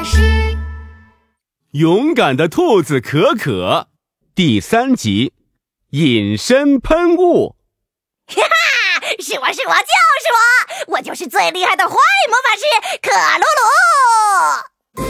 师。 勇敢的兔子可可第3集，隐身喷雾。 哈哈，是我，就是我就是最厉害的坏魔法师克鲁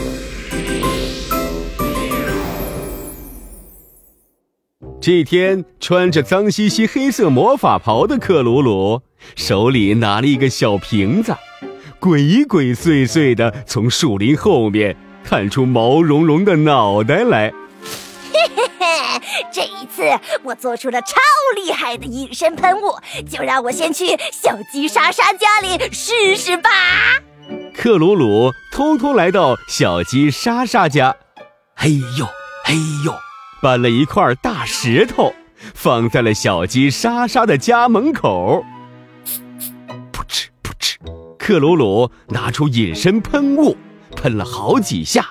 鲁。这天，穿着脏兮兮黑色魔法袍的克鲁鲁手里拿了一个小瓶子，鬼鬼祟祟地从树林后面探出毛茸茸的脑袋来。 嘿嘿嘿，这一次我做出了超厉害的隐身喷雾，就让我先去小鸡莎莎家里试试吧。 克鲁鲁偷偷来到小鸡莎莎家，嘿呦嘿呦，搬了一块大石头放在了小鸡莎莎的家门口。噗嗤噗嗤，克鲁鲁拿出隐身喷雾，喷了好几下。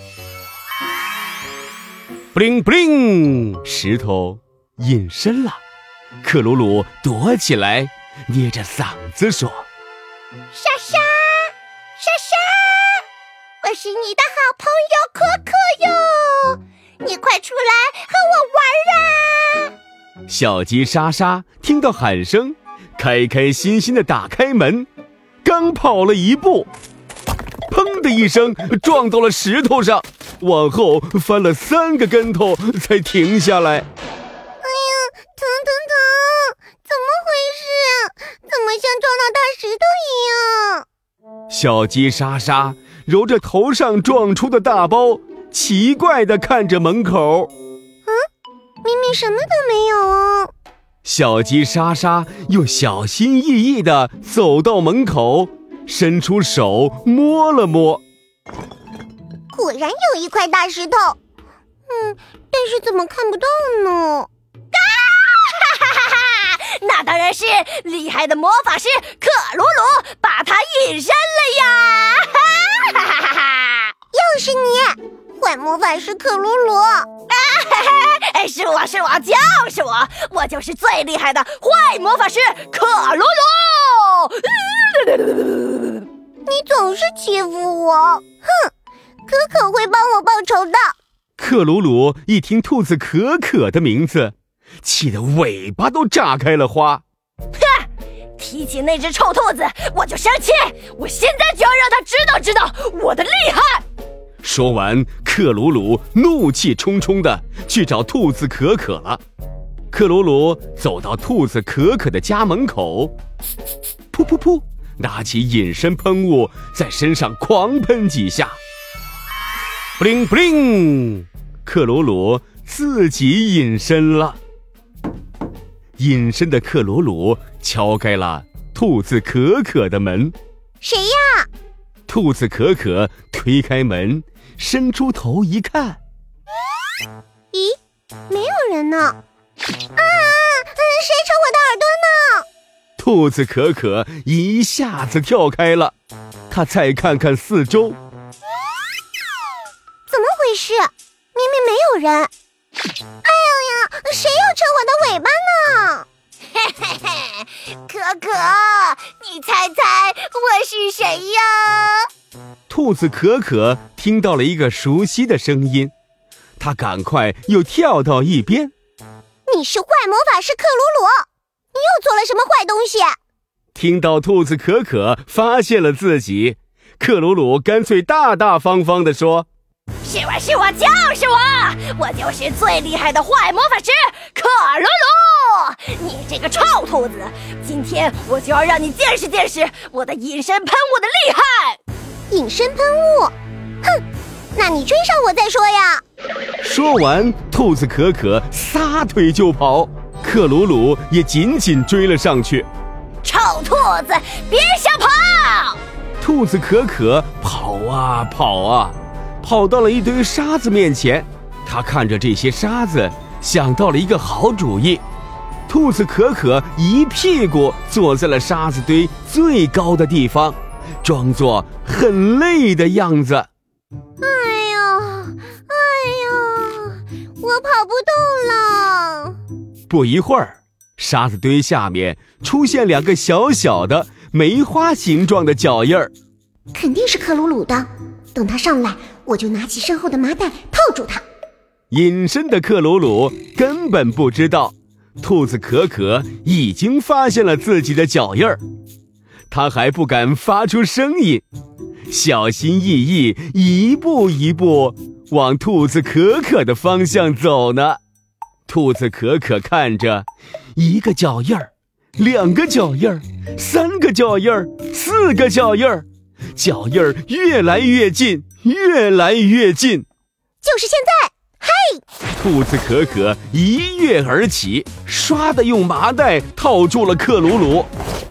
布灵布灵，石头隐身了。克鲁鲁躲起来，捏着嗓子说： 莎莎，莎莎，我是你的好朋友可可哟，你快出来和我玩啊！ 小鸡莎莎听到喊声，开开心心地打开门，刚跑了一步，砰的一声撞到了石头上，往后翻了3个跟头才停下来。 哎呀，疼，怎么回事？怎么像撞到大石头一样？ 小鸡莎莎揉着头上撞出的大包，奇怪地看着门口。 明明什么都没有哦。 小鸡莎莎又小心翼翼地走到门口，伸出手摸了摸， 果然有一块大石头，但是怎么看不到呢？哈哈哈哈！那当然是厉害的魔法师克鲁鲁把它隐身了呀！哈哈哈哈！又是你，坏魔法师克鲁鲁！是我，就是我就是最厉害的坏魔法师克鲁鲁！你总是欺负我，哼！可可会帮我报仇的。 克鲁鲁一听兔子可可的名字，气得尾巴都炸开了花。 哼！提起那只臭兔子，我就生气！我现在就要让他知道我的厉害！ 说完，克鲁鲁怒气冲冲地去找兔子可可了。克鲁鲁走到兔子可可的家门口，噗噗噗，拿起隐身喷雾在身上狂喷几下。布灵布灵，克鲁鲁自己隐身了。隐身的克鲁鲁敲开了兔子可可的门。 谁呀？ 兔子可可推开门，伸出头一看， 咦，没有人呢。谁扯我的耳朵呢？ 兔子可可一下子跳开了，他再看看四周， 怎么回事？明明没有人。哎呀，谁要扯我的尾巴呢？嘿嘿嘿，可可，你猜我是谁呀？ 兔子可可听到了一个熟悉的声音，他赶快又跳到一边。 你是坏魔法师克鲁鲁，你又做了什么坏东西？ 听到兔子可可发现了自己，克鲁鲁干脆大大方方地说： 是我，就是我就是最厉害的坏魔法师克鲁鲁！你这个臭兔子，今天我就要让你见识见识我的隐身喷雾的厉害！隐身喷雾？哼，那你追上我再说呀！ 说完，兔子可可撒腿就跑，克鲁鲁也紧紧追了上去。 臭兔子，别想跑！ 兔子可可跑啊跑啊，跑到了一堆沙子面前。他看着这些沙子，想到了一个好主意。兔子可可一屁股坐在了沙子堆最高的地方，装作很累的样子。 哎呀，我跑不动了。 不一会儿，沙子堆下面出现2个小小的梅花形状的脚印儿。 肯定是克鲁鲁的， 等他上来，我就拿起身后的麻袋套住他。 隐身的克鲁鲁根本不知道，兔子可可已经发现了自己的脚印儿，他还不敢发出声音，小心翼翼，一步一步往兔子可可的方向走呢。兔子可可看着1个脚印儿，2个脚印儿，3个脚印儿，4个脚印儿，脚印儿越来越近，越来越近。 就是现在！嘿！ 兔子可可一跃而起，唰地用麻袋套住了克鲁鲁。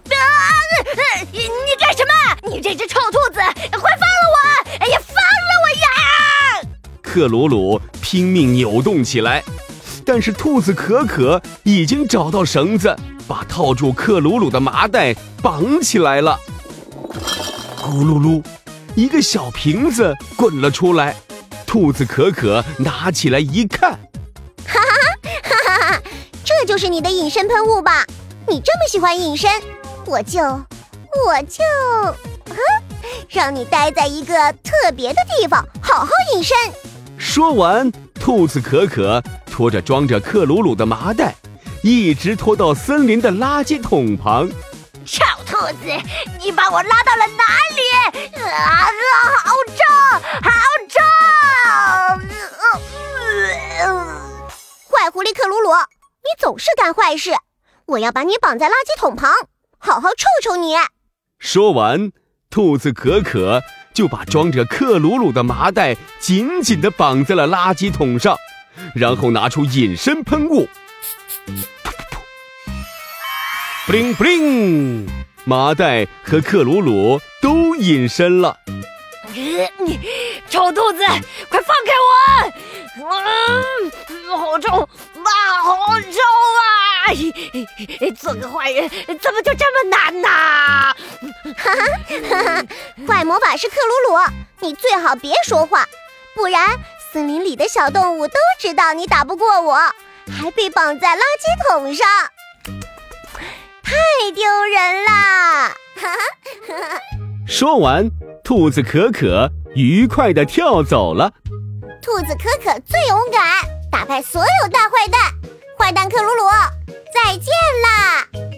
你干什么？你这只臭兔子，快放了我！哎呀，放了我呀！ 克鲁鲁拼命扭动起来，但是兔子可可已经找到绳子，把套住克鲁鲁的麻袋绑起来了。咕噜噜，一个小瓶子滚了出来，兔子可可拿起来一看， 哈哈，这就是你的隐身喷雾吧？你这么喜欢隐身，我就让你待在一个特别的地方，好好隐身。 说完，兔子可可拖着装着克鲁鲁的麻袋，一直拖到森林的垃圾桶旁。 臭兔子，你把我拉到了哪里？好重，好重！坏狐狸克鲁鲁，你总是干坏事，我要把你绑在垃圾桶旁，好好臭臭你。 说完，兔子可可就把装着克鲁鲁的麻袋紧紧地绑在了垃圾桶上，然后拿出隐身喷雾，布灵布灵，麻袋和克鲁鲁都隐身了。 臭兔子，快放开我！好臭，好臭啊！做个坏人怎么就这么难呢？坏魔法师克鲁鲁，你最好别说话，不然森林里的小动物都知道你打不过我，还被绑在垃圾桶上，太丢人啦！ 说完，兔子可可愉快地跳走了。 兔子可可最勇敢，打败所有大坏蛋，坏蛋克鲁鲁，再见啦！